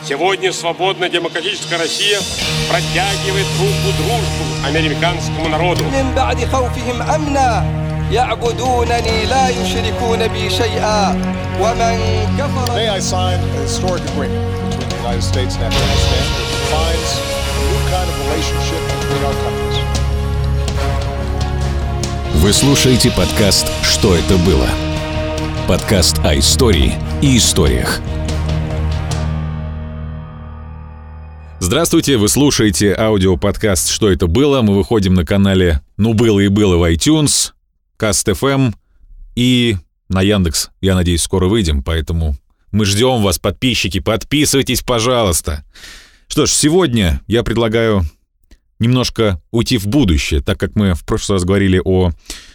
Сегодня свободная демократическая Россия протягивает руку дружбу американскому народу. Today I signed a historic agreement between the United States and Afghanistan that defines a new kind of relationship between our countries. Вы слушаете подкаст «Что это было?» Подкаст о истории и историях. Здравствуйте, вы слушаете аудиоподкаст «Что это было?». Мы выходим на канале «Ну было и было» в iTunes, Cast.fm и на Яндекс. Я надеюсь, скоро выйдем, поэтому мы ждем вас, подписчики. Подписывайтесь, пожалуйста. Что ж, сегодня я предлагаю немножко уйти в будущее, так как мы в прошлый раз говорили о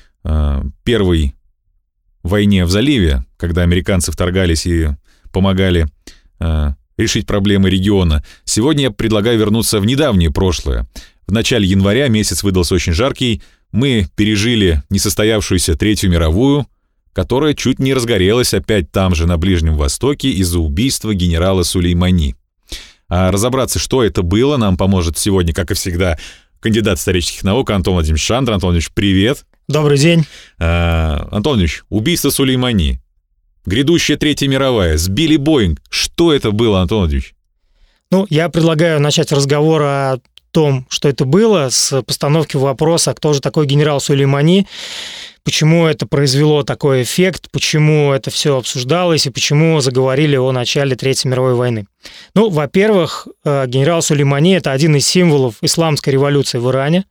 первой войне в заливе, когда американцы вторгались и помогали решить проблемы региона. Сегодня я предлагаю вернуться в недавнее прошлое. В начале января, месяц выдался очень жаркий, мы пережили несостоявшуюся Третью мировую, которая чуть не разгорелась опять там же, на Ближнем Востоке, из-за убийства генерала Сулеймани. А разобраться, что это было, нам поможет сегодня, как и всегда, кандидат исторических наук Антон Владимирович Шандр. Антон Владимирович, привет. Добрый день. Антон Владимирович, убийство Сулеймани, грядущая Третья мировая, сбили Боинг. Что это было, Антон Владимирович? Я предлагаю начать разговор о том, что это было, с постановки вопроса, кто же такой генерал Сулеймани, почему это произвело такой эффект, почему это все обсуждалось и почему заговорили о начале Третьей мировой войны. Во-первых, генерал Сулеймани – это один из символов исламской революции в Иране.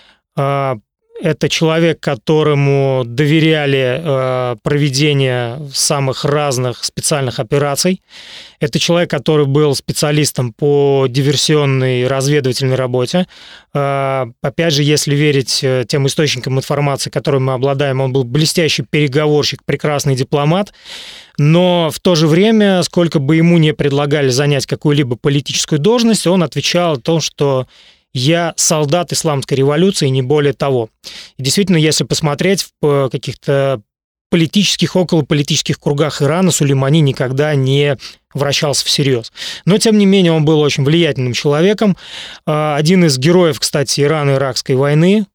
Это человек, которому доверяли проведение самых разных специальных операций. Это человек, который был специалистом по диверсионной разведывательной работе. Опять же, если верить тем источникам информации, которыми мы обладаем, он был блестящий переговорщик, прекрасный дипломат. Но в то же время, сколько бы ему ни предлагали занять какую-либо политическую должность, он отвечал о том, что «я солдат исламской революции, не более того». И действительно, если посмотреть в каких-то политических, околополитических кругах Ирана, Сулеймани никогда не вращался всерьез. Но, тем не менее, он был очень влиятельным человеком. Один из героев, кстати, Ирано-Иракской войны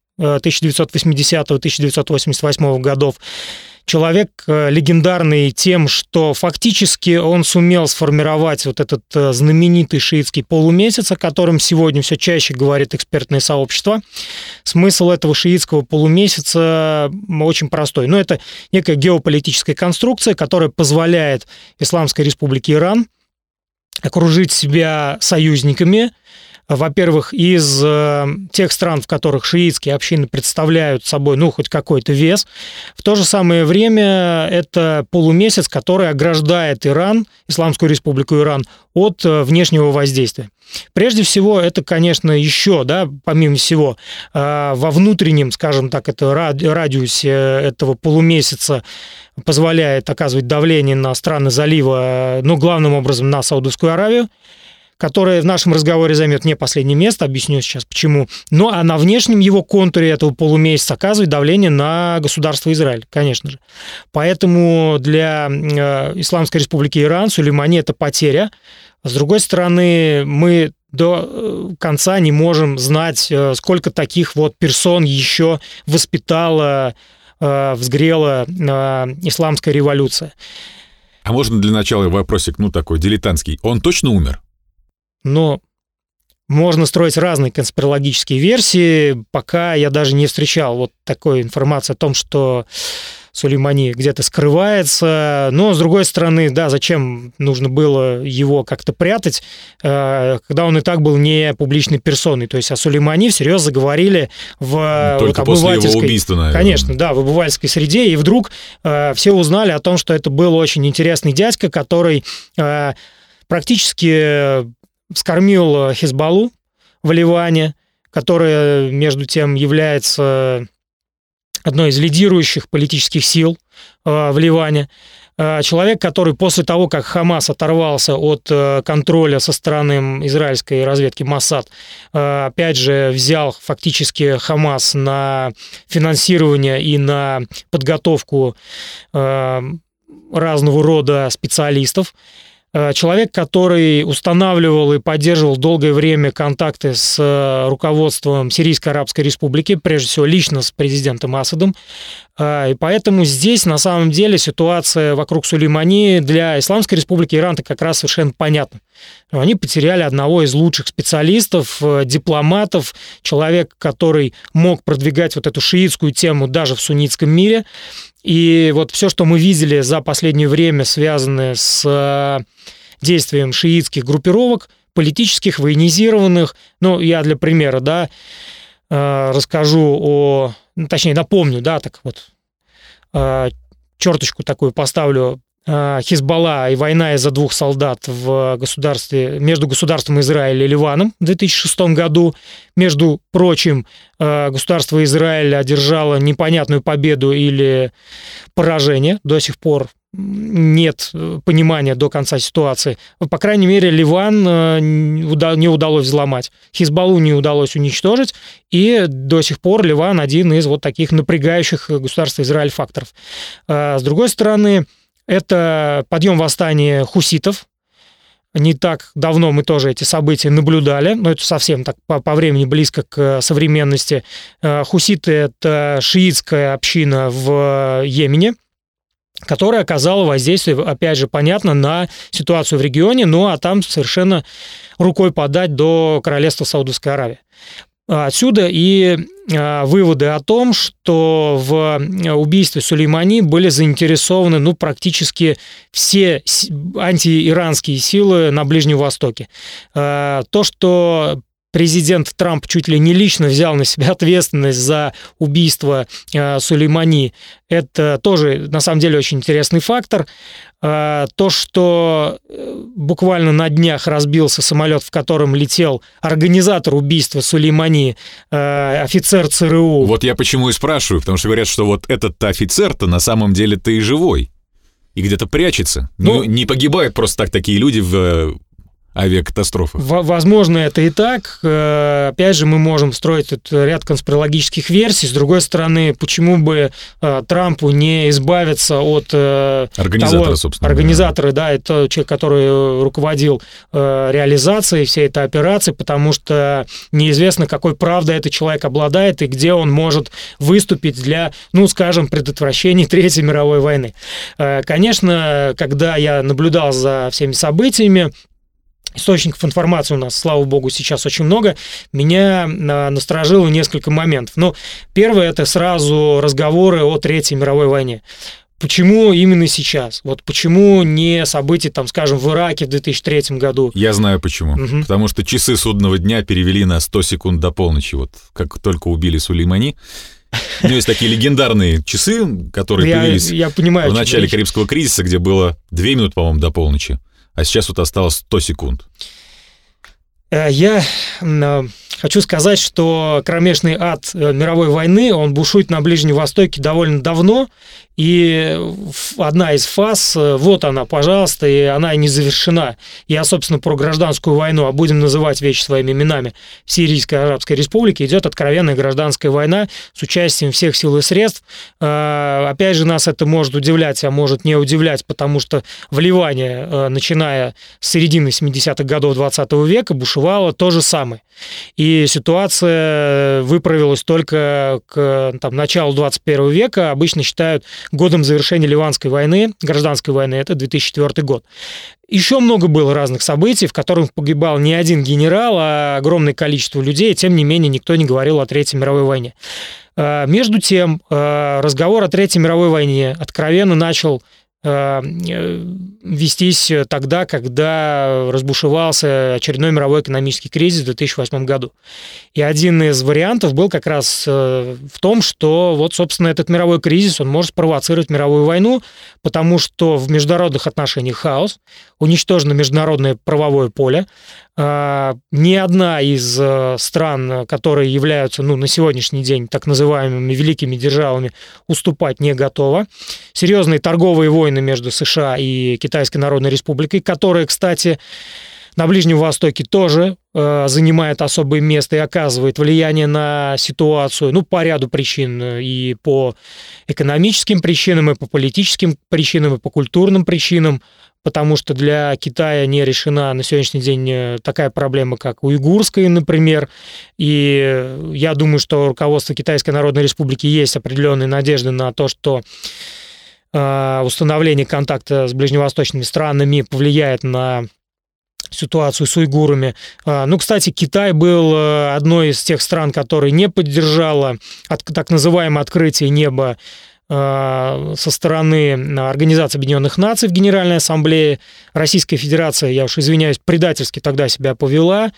1980-1988 годов. Человек легендарный тем, что фактически он сумел сформировать вот этот знаменитый шиитский полумесяц, о котором сегодня все чаще говорит экспертное сообщество. Смысл этого шиитского полумесяца очень простой. Это некая геополитическая конструкция, которая позволяет Исламской Республике Иран окружить себя союзниками, во-первых, из тех стран, в которых шиитские общины представляют собой, хоть какой-то вес. В то же самое время это полумесяц, который ограждает Иран, Исламскую Республику Иран, от внешнего воздействия. Прежде всего, это, конечно, еще, помимо всего, во внутреннем, скажем так, радиусе этого полумесяца позволяет оказывать давление на страны залива, главным образом на Саудовскую Аравию, которая в нашем разговоре займет не последнее место, объясню сейчас почему. А на внешнем его контуре этого полумесяца оказывает давление на государство Израиль, конечно же. Поэтому для Исламской Республики Иран Сулеймани – это потеря. С другой стороны, мы до конца не можем знать, сколько таких персон еще воспитала, взгрела исламская революция. А можно для начала вопросик, такой дилетантский. Он точно умер? Можно строить разные конспирологические версии, пока я даже не встречал такой информации о том, что Сулеймани где-то скрывается. Но, с другой стороны, зачем нужно было его как-то прятать, когда он и так был не публичной персоной. То есть о Сулеймани всерьез заговорили в только после его убийства, наверное. Конечно, в обывательской среде. И вдруг все узнали о том, что это был очень интересный дядька, который практически вскормил Хизбаллу в Ливане, которая, между тем, является одной из лидирующих политических сил в Ливане. Человек, который после того, как Хамас оторвался от контроля со стороны израильской разведки Моссад, опять же, взял фактически Хамас на финансирование и на подготовку разного рода специалистов. человек, который устанавливал и поддерживал долгое время контакты с руководством Сирийской Арабской Республики, прежде всего лично с президентом Асадом. И поэтому здесь, на самом деле, ситуация вокруг Сулеймани для Исламской Республики Иран-то как раз совершенно понятна. Они потеряли одного из лучших специалистов, дипломатов, человека, который мог продвигать вот эту шиитскую тему даже в суннитском мире. И вот все, что мы видели за последнее время, связанное с действием шиитских группировок, политических, военизированных, ну, я для примера, да, расскажу точнее, напомню, да, так вот, черточку такую поставлю. Хизбалла и война из-за двух солдат в государстве, между государством Израиль и Ливаном в 2006 году. Между прочим, государство Израиль одержало непонятную победу или поражение. До сих пор нет понимания до конца ситуации. По крайней мере, Ливан не удалось взломать, Хизбаллу не удалось уничтожить, и до сих пор Ливан один из вот таких напрягающих государства Израиль факторов. С другой стороны, это подъем восстания хуситов. Не так давно мы тоже эти события наблюдали, но это совсем так по времени близко к современности. Хуситы — это шиитская община в Йемене, которая оказала воздействие, опять же, понятно, на ситуацию в регионе, ну а там совершенно рукой подать до королевства Саудовской Аравии. Отсюда и выводы о том, что в убийстве Сулеймани были заинтересованы практически все антииранские силы на Ближнем Востоке. То, что президент Трамп чуть ли не лично взял на себя ответственность за убийство Сулеймани, это тоже, на самом деле, очень интересный фактор. То, что буквально на днях разбился самолет, в котором летел организатор убийства Сулеймани, офицер ЦРУ. Вот я почему и спрашиваю, потому что говорят, что вот этот офицер-то на самом деле-то и живой, и где-то прячется. Не погибают просто так такие люди в авиакатастрофах. Возможно, это и так. Опять же, мы можем строить ряд конспирологических версий. С другой стороны, почему бы Трампу не избавиться от организатора, собственно. Организатора, да, это человек, который руководил реализацией всей этой операции, потому что неизвестно, какой правдой этот человек обладает и где он может выступить для, скажем, предотвращения Третьей мировой войны. Конечно, когда я наблюдал за всеми событиями, источников информации у нас, слава богу, сейчас очень много, меня насторожило несколько моментов. Первое — это сразу разговоры о Третьей мировой войне. Почему именно сейчас? Вот почему не события, скажем, в Ираке в 2003 году? Я знаю почему. Потому что часы судного дня перевели на 100 секунд до полночи, вот как только убили Сулеймани. У него есть такие легендарные часы, которые появились в начале Карибского кризиса, где было 2 минуты, по-моему, до полночи. А сейчас вот осталось 100 секунд. Я хочу сказать, что кромешный ад мировой войны, он бушует на Ближнем Востоке довольно давно, и одна из фаз, вот она, пожалуйста, и она не завершена. Я, собственно, про гражданскую войну, а будем называть вещи своими именами. В Сирийской Арабской Республике идет откровенная гражданская война с участием всех сил и средств. Опять же, нас это может удивлять, а может не удивлять, потому что в Ливане, начиная с середины 70-х годов 20 века, бушевало то же самое. И ситуация выправилась только к началу 21 века. Обычно считают годом завершения Ливанской войны, гражданской войны, это 2004 год. Еще много было разных событий, в которых погибал не один генерал, а огромное количество людей, тем не менее никто не говорил о Третьей мировой войне. Между тем, разговор о Третьей мировой войне откровенно начал вестись тогда, когда разбушевался очередной мировой экономический кризис в 2008 году. И один из вариантов был как раз в том, что вот, собственно, этот мировой кризис, он может спровоцировать мировую войну, потому что в международных отношениях хаос, уничтожено международное правовое поле. Ни одна из стран, которые являются, на сегодняшний день так называемыми великими державами, уступать не готова. Серьезные торговые войны между США и Китайской Народной Республикой, которые, кстати, на Ближнем Востоке тоже занимает особое место и оказывает влияние на ситуацию, ну, по ряду причин, и по экономическим причинам, и по политическим причинам, и по культурным причинам, потому что для Китая не решена на сегодняшний день такая проблема, как уйгурская, например, и я думаю, что руководство Китайской Народной Республики есть определенные надежды на то, что установление контакта с ближневосточными странами повлияет на ситуацию с уйгурами. Ну, кстати, Китай был одной из тех стран, которая не поддержала так называемое открытие неба со стороны Организации Объединенных Наций в Генеральной Ассамблее. Российская Федерация, я уж извиняюсь, предательски тогда себя повела.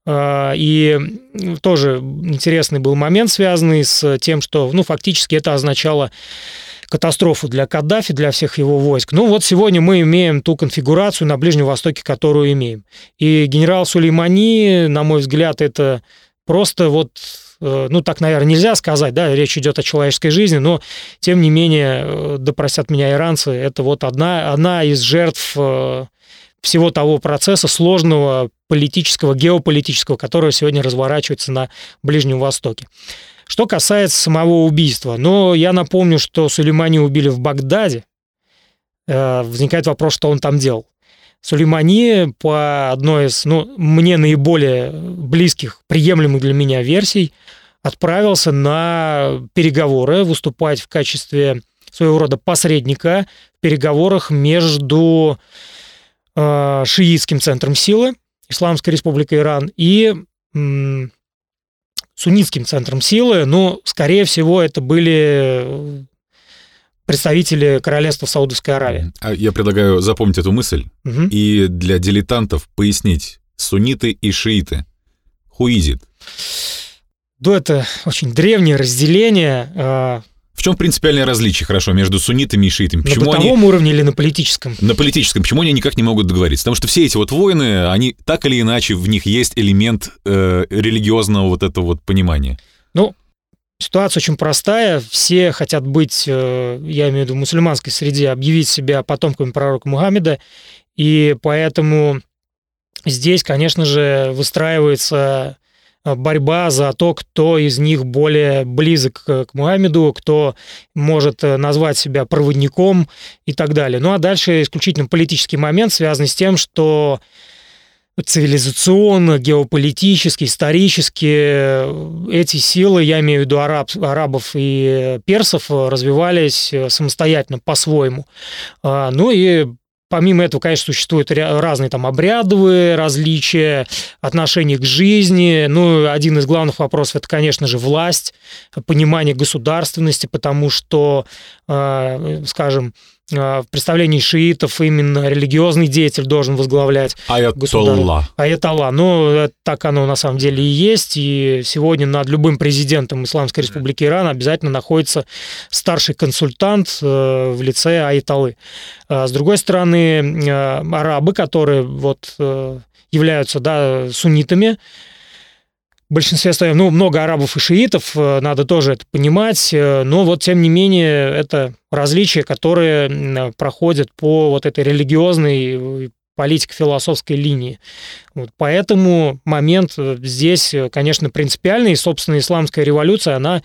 И тоже интересный был момент, связанный с тем, что, ну, фактически это означало катастрофу для Каддафи, для всех его войск. Ну вот сегодня мы имеем ту конфигурацию на Ближнем Востоке, которую имеем. И генерал Сулеймани, на мой взгляд, это просто вот, ну так, наверное, нельзя сказать, да, речь идет о человеческой жизни, но тем не менее, да простят меня иранцы, это вот одна из жертв всего того процесса сложного политического, геополитического, который сегодня разворачивается на Ближнем Востоке. Что касается самого убийства, но я напомню, что Сулеймани убили в Багдаде. Возникает вопрос, что он там делал. Сулеймани, по одной из, мне наиболее близких, приемлемых для меня версий, отправился на переговоры, выступать в качестве своего рода посредника в переговорах между шиитским центром силы, Исламской Республикой Иран, и суннитским центром силы, но, скорее всего, это были представители королевства Саудовской Аравии. Я предлагаю запомнить эту мысль и для дилетантов пояснить: сунниты и шииты. Who is it? Да, это очень древнее разделение. В чем принципиальное различие, хорошо, между суннитами и шиитами? Почему на бытовом уровне или на политическом? На политическом. Почему они никак не могут договориться? Потому что все эти вот войны, они так или иначе, в них есть элемент религиозного вот этого вот понимания. Ну, ситуация очень простая. Все хотят быть, я имею в виду в мусульманской среде, объявить себя потомками пророка Мухаммеда, и поэтому здесь, конечно же, выстраивается борьба за то, кто из них более близок к Мухаммеду, кто может назвать себя проводником и так далее. Ну а дальше исключительно политический момент, связанный с тем, что цивилизационно, геополитически, исторически эти силы, я имею в виду арабов и персов, развивались самостоятельно по-своему. Ну и помимо этого, конечно, существуют разные там обрядовые различия, отношения к жизни. Ну, один из главных вопросов – это, конечно же, власть, понимание государственности, потому что, скажем, в представлении шиитов именно религиозный деятель должен возглавлять Аятолла. Аятолла. Ну, так оно на самом деле и есть. И сегодня над любым президентом Исламской Республики Иран обязательно находится старший консультант в лице аятоллы. С другой стороны, арабы, которые вот являются, да, суннитами, в большинстве своем, много арабов и шиитов, надо тоже это понимать, но вот тем не менее это различия, которые проходят по вот этой религиозной политико-философской линии. Вот, поэтому момент здесь, конечно, принципиальный, и, собственно, исламская революция, она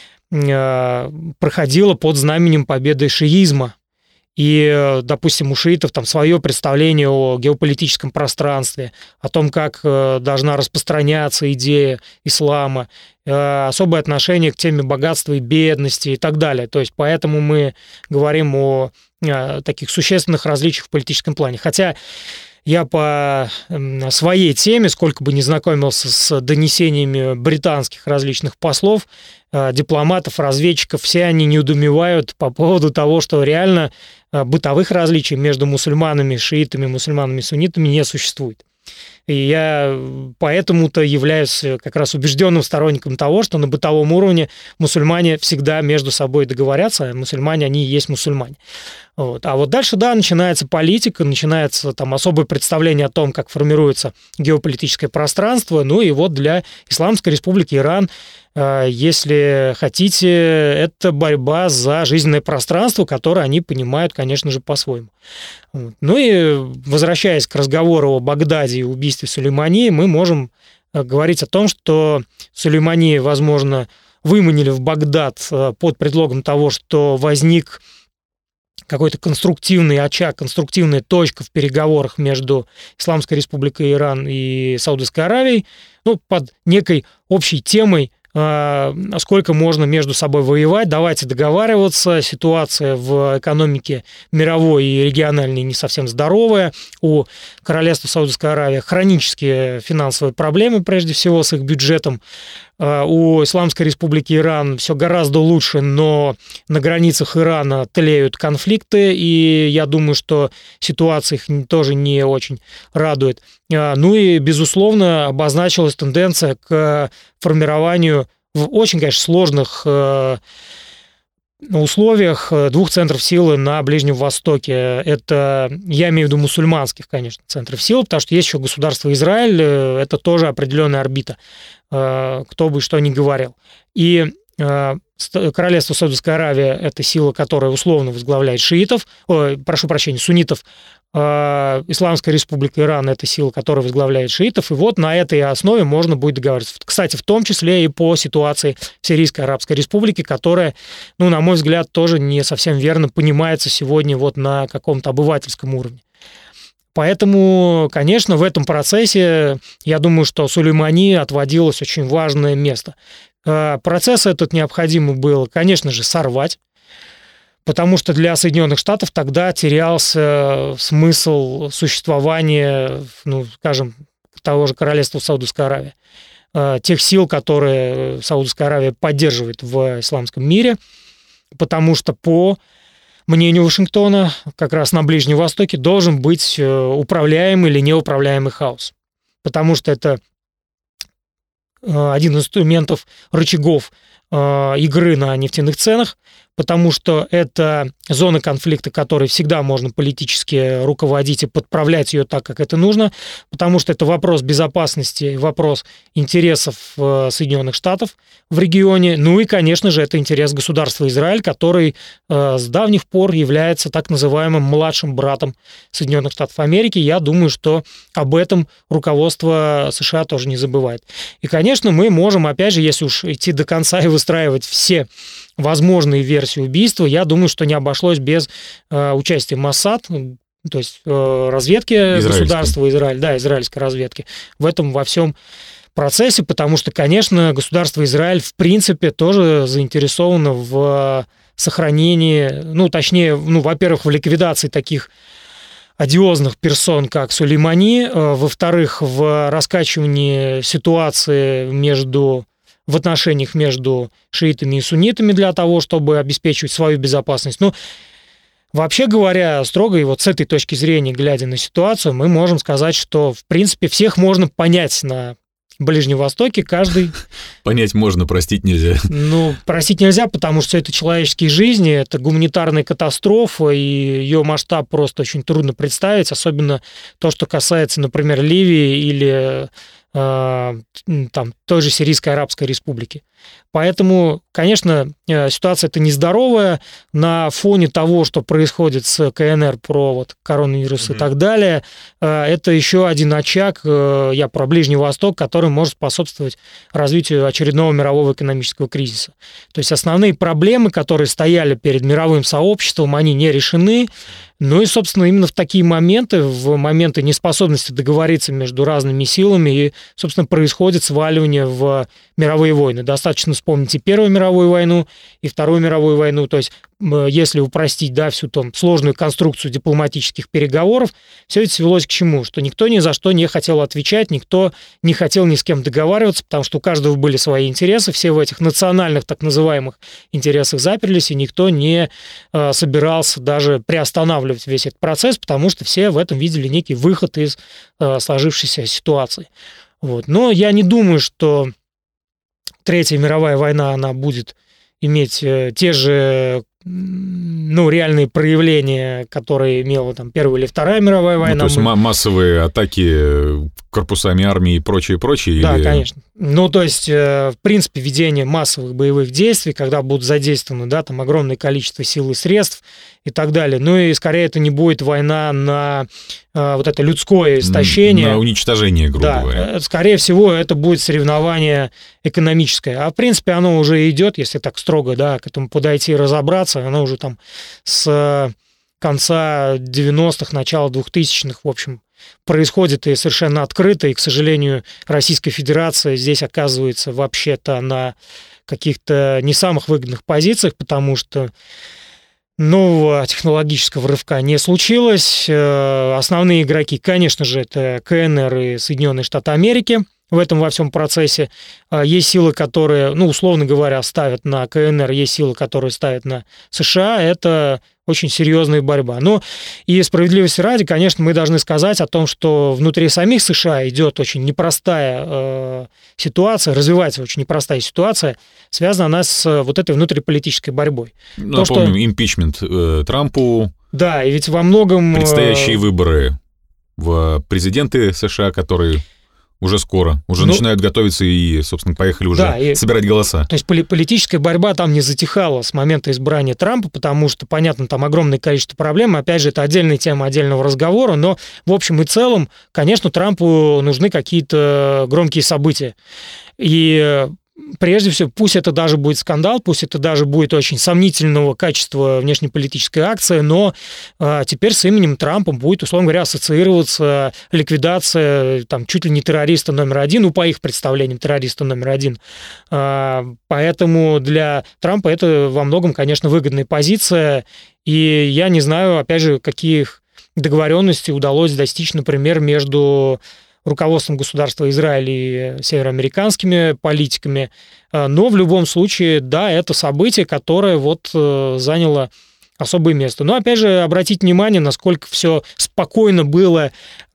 проходила под знаменем победы шиизма. И, допустим, у шиитов там свое представление о геополитическом пространстве, о том, как должна распространяться идея ислама, особое отношение к теме богатства и бедности и так далее. То есть поэтому мы говорим о таких существенных различиях в политическом плане. Хотя я по своей теме, сколько бы ни знакомился с донесениями британских различных послов, дипломатов, разведчиков, все они недоумевают по поводу того, что реально бытовых различий между мусульманами, шиитами, мусульманами, суннитами не существует. И я поэтому-то являюсь как раз убежденным сторонником того, что на бытовом уровне мусульмане всегда между собой договорятся, а мусульмане, они и есть мусульмане. Вот. А вот дальше, да, начинается политика, начинается там особое представление о том, как формируется геополитическое пространство. Ну и вот для Исламской Республики Иран, если хотите, это борьба за жизненное пространство, которое они понимают, конечно же, по-своему. Вот. Ну и возвращаясь к разговору о Багдаде и убийстве Сулеймани, мы можем говорить о том, что Сулеймани, возможно, выманили в Багдад под предлогом того, что возник какой-то конструктивный очаг, конструктивная точка в переговорах между Исламской Республикой Иран и Саудовской Аравией, ну, под некой общей темой, сколько можно между собой воевать, давайте договариваться, ситуация в экономике мировой и региональной не совсем здоровая, у королевства Саудовской Аравии хронические финансовые проблемы, прежде всего, с их бюджетом, у Исламской Республики Иран все гораздо лучше, но на границах Ирана тлеют конфликты, и я думаю, что ситуация их тоже не очень радует. Ну и, безусловно, обозначилась тенденция к формированию в очень, конечно, сложных условиях двух центров силы на Ближнем Востоке. Это, я имею в виду, мусульманских, конечно, центров силы, потому что есть еще государство Израиль, это тоже определенная орбита, кто бы что ни говорил. И королевство Саудовская Аравия – это сила, которая условно возглавляет суннитов. Исламская Республика Иран – это сила, которая возглавляет шиитов. И вот на этой основе можно будет договориться. Кстати, в том числе и по ситуации в Сирийской Арабской Республике, которая, ну, на мой взгляд, тоже не совсем верно понимается сегодня вот на каком-то обывательском уровне. Поэтому, конечно, в этом процессе, я думаю, что Сулеймани отводилось очень важное место. Процесс этот необходимо было, конечно же, сорвать, потому что для Соединенных Штатов тогда терялся смысл существования, ну, скажем, того же королевства Саудовской Аравии, тех сил, которые Саудовская Аравия поддерживает в исламском мире, потому что, по мнению Вашингтона, как раз на Ближнем Востоке должен быть управляемый или неуправляемый хаос, потому что это один из инструментов, рычагов игры на нефтяных ценах, потому что это зона конфликта, которой всегда можно политически руководить и подправлять ее так, как это нужно, потому что это вопрос безопасности, вопрос интересов Соединенных Штатов в регионе, ну и, конечно же, это интерес государства Израиль, который с давних пор является так называемым младшим братом Соединенных Штатов Америки. Я думаю, что об этом руководство США тоже не забывает. И, конечно, мы можем, опять же, если уж идти до конца и выстраивать все возможные версии убийства, я думаю, что не обошлось без участия Моссад, то есть разведки государства Израиль, да, израильской разведки, в этом во всем процессе, потому что, конечно, государство Израиль в принципе тоже заинтересовано в сохранении, ну, точнее, ну, во-первых, в ликвидации таких одиозных персон, как Сулеймани, во-вторых, в раскачивании ситуации в отношениях между шиитами и суннитами для того, чтобы обеспечивать свою безопасность. Ну, вообще говоря, строго и вот с этой точки зрения, глядя на ситуацию, мы можем сказать, что, в принципе, всех можно понять на Ближнем Востоке, каждый... Понять можно, простить нельзя. Ну, простить нельзя, потому что это человеческие жизни, это гуманитарная катастрофа, и ее масштаб просто очень трудно представить, особенно то, что касается, например, Ливии или там, той же Сирийской Арабской Республики. Поэтому, конечно, ситуация эта нездоровая на фоне того, что происходит с КНР про вот коронавирус и так далее. Это еще один очаг, я про Ближний Восток, который может способствовать развитию очередного мирового экономического кризиса. То есть основные проблемы, которые стояли перед мировым сообществом, они не решены. Ну и, собственно, именно в такие моменты, в моменты неспособности договориться между разными силами, и, собственно, происходит сваливание в мировые войны. Достаточно вспомнить и Первую мировую войну, и Вторую мировую войну. То есть, если упростить, да, всю там сложную конструкцию дипломатических переговоров, все это свелось к чему? Что никто ни за что не хотел отвечать, никто не хотел ни с кем договариваться, потому что у каждого были свои интересы, все в этих национальных так называемых интересах заперлись, и никто не собирался даже приостанавливать весь этот процесс, потому что все в этом видели некий выход из сложившейся ситуации. Вот. Но я не думаю, что Третья мировая война, она будет иметь те же реальные проявления, которые имела там Первая или Вторая мировая война. То есть массовые атаки корпусами армии и прочее? Да, или... конечно. То есть, в принципе, ведение массовых боевых действий, когда будут задействованы, да, там огромное количество сил и средств и так далее. И скорее это не будет война на вот это людское истощение. На уничтожение, грубо говоря. Скорее всего, это будет соревнование экономическое. А в принципе, оно уже идет, если так строго, да, к этому подойти и разобраться, оно уже там с конца 90-х, начала 2000-х, в общем, происходит и совершенно открыто, и, к сожалению, Российская Федерация здесь оказывается вообще-то на каких-то не самых выгодных позициях, потому что нового технологического рывка не случилось. Основные игроки, конечно же, это КНР и Соединенные Штаты Америки в этом во всем процессе. Есть силы, которые, условно говоря, ставят на КНР, есть силы, которые ставят на США. Это очень серьезная борьба. И справедливости ради, конечно, мы должны сказать о том, что внутри самих США идет очень непростая ситуация, развивается очень непростая ситуация, связана она с вот этой внутриполитической борьбой. Напомним, импичмент Трампу. Да, и ведь во многом... Предстоящие выборы в президенты США, которые... Уже скоро. Уже начинают готовиться и, собственно, поехали уже собирать голоса. То есть политическая борьба там не затихала с момента избрания Трампа, потому что, понятно, там огромное количество проблем. Опять же, это отдельная тема отдельного разговора, но в общем и целом, конечно, Трампу нужны какие-то громкие события. И прежде всего, пусть это даже будет скандал, пусть это даже будет очень сомнительного качества внешнеполитическая акция, но теперь с именем Трампа будет, условно говоря, ассоциироваться ликвидация там, чуть ли не террориста номер один, по их представлениям, террориста номер один. Поэтому для Трампа это во многом, конечно, выгодная позиция, и я не знаю, опять же, каких договоренностей удалось достичь, например, между руководством государства Израиль и североамериканскими политиками. Но в любом случае, да, это событие, которое заняло особое место. Но, опять же, обратите внимание, насколько все спокойно было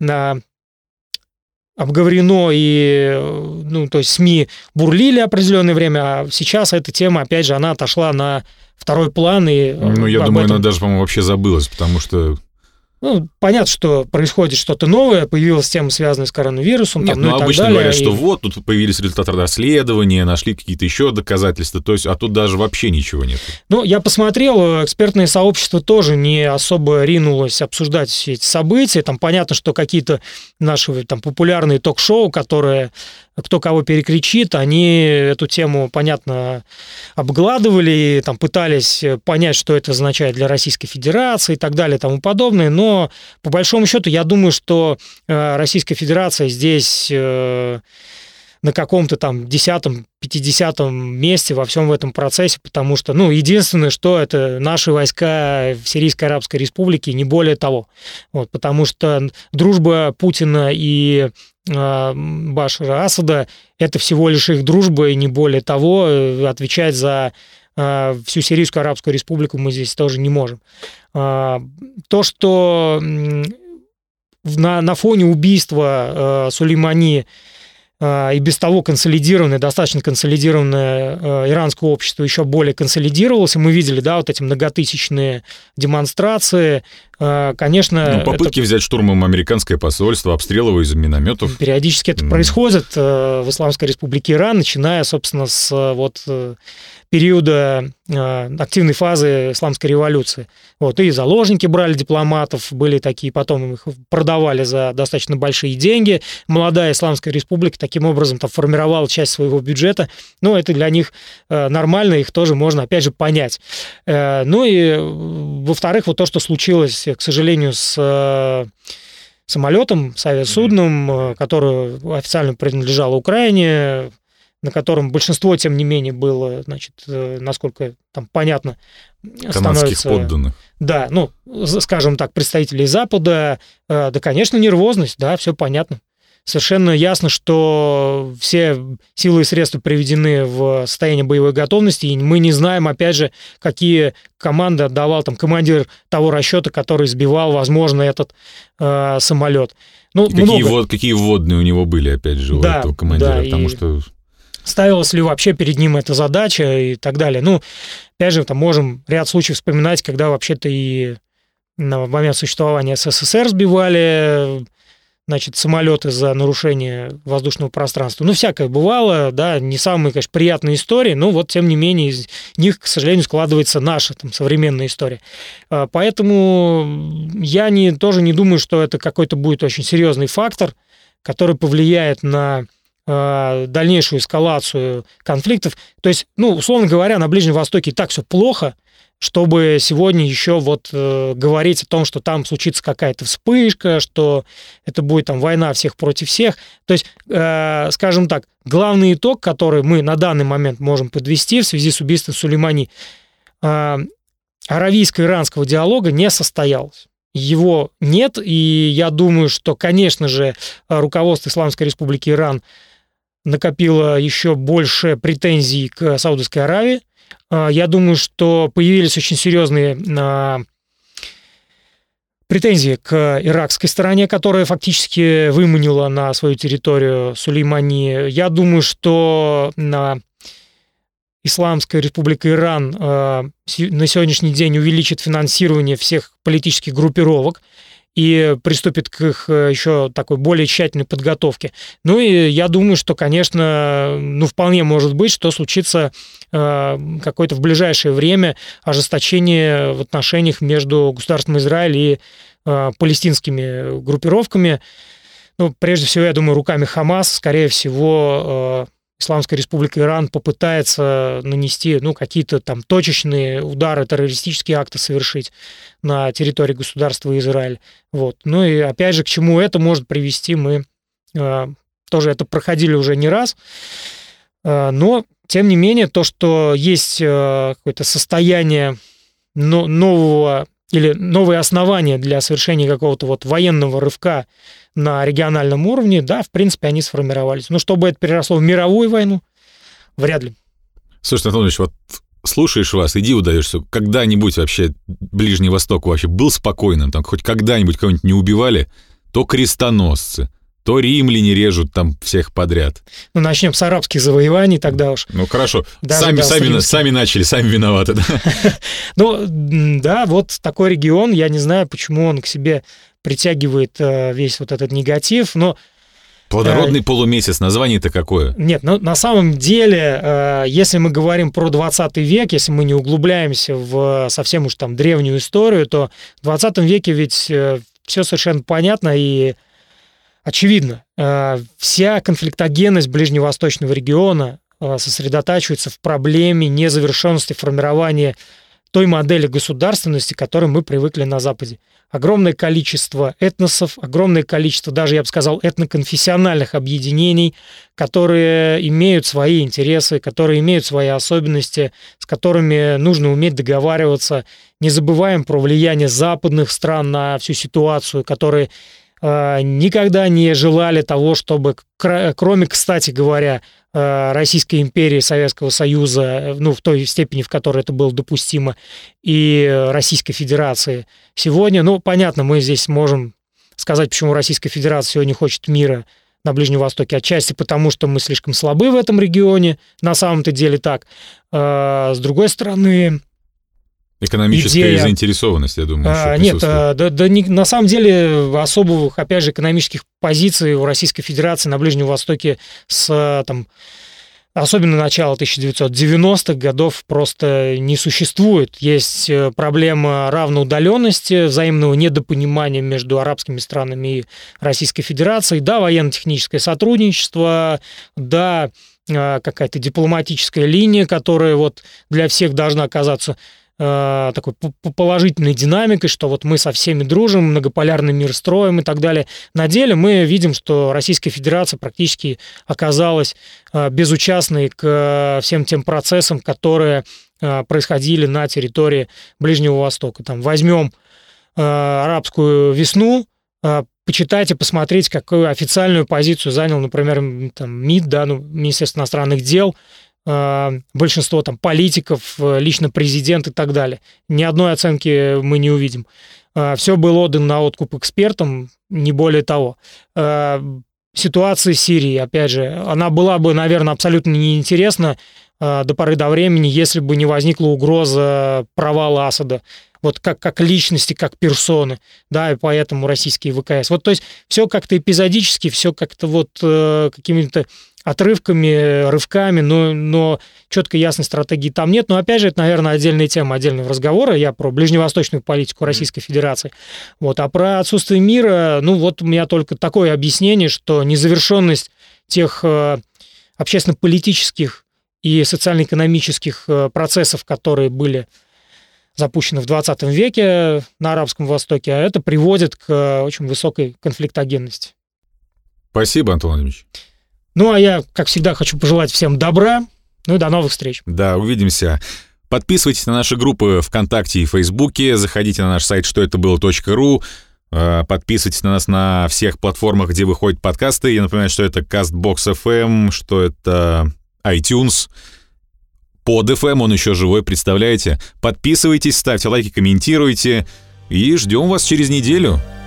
обговорено, и, то есть СМИ бурлили определенное время, а сейчас эта тема, опять же, она отошла на второй план. И, я думаю, она даже, по-моему, вообще забылась, потому что... понятно, что происходит что-то новое, появилась тема, связанная с коронавирусом. Нет, обычно говорят, что тут появились результаты расследования, нашли какие-то еще доказательства, то есть, а тут даже вообще ничего нет. Я посмотрел, экспертное сообщество тоже не особо ринулось обсуждать все эти события. Там понятно, что какие-то наши там популярные ток-шоу, которые кто кого перекричит, они эту тему, понятно, обгладывали, и там пытались понять, что это означает для Российской Федерации и так далее и тому подобное, но по большому счету я думаю, что Российская Федерация здесь на каком-то там 10-м, 50-м месте во всем в этом процессе, потому что, единственное, что это наши войска в Сирийской Арабской Республике, не более того. Потому что дружба Путина и Башара Асада – это всего лишь их дружба, и не более того. Отвечать за всю Сирийскую Арабскую Республику мы здесь тоже не можем. То, что на фоне убийства Сулеймани и без того достаточно консолидированное иранское общество еще более консолидировалось, и мы видели, эти многотысячные демонстрации, конечно... попытки взять штурмом американское посольство, обстрелы из минометов. Периодически это происходит в Исламской Республике Иран, начиная, собственно, с периода активной фазы исламской революции. И заложники брали дипломатов, были такие, потом их продавали за достаточно большие деньги. Молодая Исламская Республика таким образом формировала часть своего бюджета. Это для них нормально, их тоже можно, опять же, понять. И, во-вторых, то, что случилось, к сожалению, с самолетом, с авиасудном, который официально принадлежал Украине, на котором большинство, тем не менее, было, насколько там понятно, канадских подданных. Да, скажем так, представителей Запада. Да, конечно, нервозность, да, все понятно. Совершенно ясно, что все силы и средства приведены в состояние боевой готовности, и мы не знаем, опять же, какие команды отдавал командир того расчета, который сбивал, возможно, этот самолет. Какие вводные у него были, опять же, у этого командира, потому что... ставилась ли вообще перед ним эта задача и так далее. Ну, опять же, там можем ряд случаев вспоминать, когда вообще-то и на момент существования СССР сбивали, значит, самолеты за нарушение воздушного пространства. Ну, всякое бывало, да, не самые, конечно, приятные истории, но вот, тем не менее, из них, к сожалению, складывается наша там современная история. Поэтому я тоже не думаю, что это какой-то будет очень серьезный фактор, который повлияет на дальнейшую эскалацию конфликтов. То есть, ну, условно говоря, на Ближнем Востоке и так все плохо, чтобы сегодня еще вот говорить о том, что там случится какая-то вспышка, что это будет там война всех против всех. То есть, скажем так, главный итог, который мы на данный момент можем подвести в связи с убийством Сулеймани, аравийско-иранского диалога не состоялось. Его нет, и я думаю, что, конечно же, руководство Исламской Республики Иран накопило еще больше претензий к Саудовской Аравии. Я думаю, что появились очень серьезные претензии к иракской стороне, которая фактически выманила на свою территорию Сулеймани. Я думаю, что Исламская Республика Иран на сегодняшний день увеличит финансирование всех политических группировок и приступит к их еще такой более тщательной подготовке. Ну и я думаю, что, конечно, ну вполне может быть, что случится какое-то в ближайшее время ожесточение в отношениях между государством Израиль и палестинскими группировками. Ну, прежде всего, я думаю, руками Хамас, скорее всего, Исламская Республика Иран попытается нанести, ну, какие-то там точечные удары, террористические акты совершить на территории государства Израиль. Вот. Ну и опять же, к чему это может привести, мы тоже это проходили уже не раз. Но, тем не менее, то, что есть какое-то состояние нового или новые основания для совершения какого-то вот военного рывка на региональном уровне, да, в принципе, они сформировались. Но чтобы это переросло в мировую войну, вряд ли. Слушай, Анатольевич, вот слушаешь вас, иди удаешься. Когда-нибудь вообще Ближний Восток вообще был спокойным? Там хоть когда-нибудь кого-нибудь не убивали? То крестоносцы, то римляне режут там всех подряд. Ну, начнем с арабских завоеваний тогда уж. Ну, хорошо. Сами начали, сами виноваты. Ну, да, вот такой регион, я не знаю, почему он к себе притягивает весь вот этот негатив, но... Плодородный полумесяц, название-то какое? Нет, ну, на самом деле, если мы говорим про 20 век, если мы не углубляемся в совсем уж там древнюю историю, то в 20 веке ведь все совершенно понятно и очевидно. Вся конфликтогенность ближневосточного региона сосредотачивается в проблеме незавершенности формирования той модели государственности, к которой мы привыкли на Западе. Огромное количество этносов, огромное количество, даже, я бы сказал, этноконфессиональных объединений, которые имеют свои интересы, которые имеют свои особенности, с которыми нужно уметь договариваться. Не забываем про влияние западных стран на всю ситуацию, которые никогда не желали того, чтобы, кроме, кстати говоря, Российской империи, Советского Союза, ну, в той степени, в которой это было допустимо, и Российской Федерации. Сегодня, ну, понятно, мы здесь можем сказать, почему Российская Федерация сегодня хочет мира на Ближнем Востоке, отчасти потому, что мы слишком слабы в этом регионе, на самом-то деле так. С другой стороны... Экономическая заинтересованность, я думаю, еще присутствует. Нет, на самом деле особых, опять же, экономических позиций у Российской Федерации на Ближнем Востоке особенно начала 1990-х годов просто не существует. Есть проблема равноудаленности, взаимного недопонимания между арабскими странами и Российской Федерацией, да, военно-техническое сотрудничество, да, какая-то дипломатическая линия, которая вот для всех должна оказаться такой положительной динамикой, что вот мы со всеми дружим, многополярный мир строим и так далее. На деле мы видим, что Российская Федерация практически оказалась безучастной к всем тем процессам, которые происходили на территории Ближнего Востока. Там возьмем арабскую весну, почитайте, посмотрите, какую официальную позицию занял, например, там, МИД, да, Министерство иностранных дел, большинство там политиков, лично президент и так далее. Ни одной оценки мы не увидим. Все было отдано на откуп экспертам, не более того. ситуации Сирии, опять же, она была бы, наверное, абсолютно неинтересна до поры до времени, если бы не возникла угроза провала Асада, вот как личности, как персоны, да, и поэтому российские ВКС. Вот, то есть все как-то эпизодически, все как-то вот какими-то отрывками, рывками, но четкой ясной стратегии там нет. Но, опять же, это, наверное, отдельная тема, отдельного разговора. Я про ближневосточную политику Российской Федерации. Вот. А про отсутствие мира, ну, вот у меня только такое объяснение, что незавершенность тех общественно-политических и социально-экономических процессов, которые были запущены в 20 веке на Арабском Востоке, а это приводит к очень высокой конфликтогенности. Спасибо, Антон Владимирович. Ну, а я, как всегда, хочу пожелать всем добра, ну и до новых встреч. Да, увидимся. Подписывайтесь на наши группы ВКонтакте и Фейсбуке, заходите на наш сайт что-это-было.ру, подписывайтесь на нас на всех платформах, где выходят подкасты. Я напоминаю, что это CastBox FM, что это iTunes, Pod FM, он еще живой, представляете? Подписывайтесь, ставьте лайки, комментируйте и ждем вас через неделю.